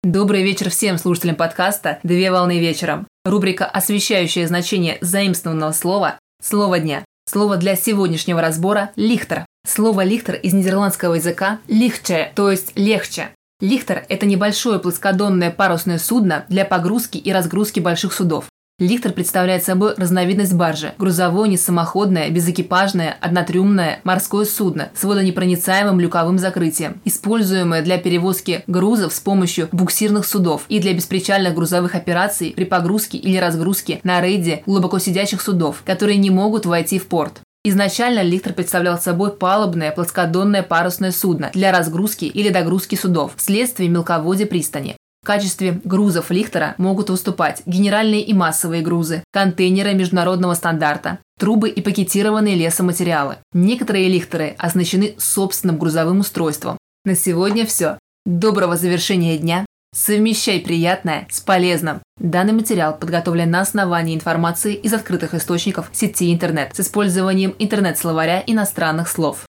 Добрый вечер всем слушателям подкаста «Две волны вечером». Рубрика, освещающая значение заимствованного слова «Слово дня». Слово для сегодняшнего разбора – «лихтер». Слово «лихтер» из нидерландского языка «лихче», то есть «легче». Лихтер – это небольшое плоскодонное парусное судно для погрузки и разгрузки больших судов. Лихтер представляет собой разновидность баржи – грузовое, несамоходное, безэкипажное, однотрюмное морское судно с водонепроницаемым люковым закрытием, используемое для перевозки грузов с помощью буксирных судов и для беспричальных грузовых операций при погрузке или разгрузке на рейде глубоко сидящих судов, которые не могут войти в порт. Изначально лихтер представлял собой палубное плоскодонное парусное судно для разгрузки или догрузки судов вследствие мелководья пристани. В качестве грузов лихтера могут выступать генеральные и массовые грузы, контейнеры международного стандарта, трубы и пакетированные лесоматериалы. Некоторые лихтеры оснащены собственным грузовым устройством. На сегодня все. Доброго завершения дня. Совмещай приятное с полезным. Данный материал подготовлен на основании информации из открытых источников сети интернет с использованием интернет-словаря иностранных слов.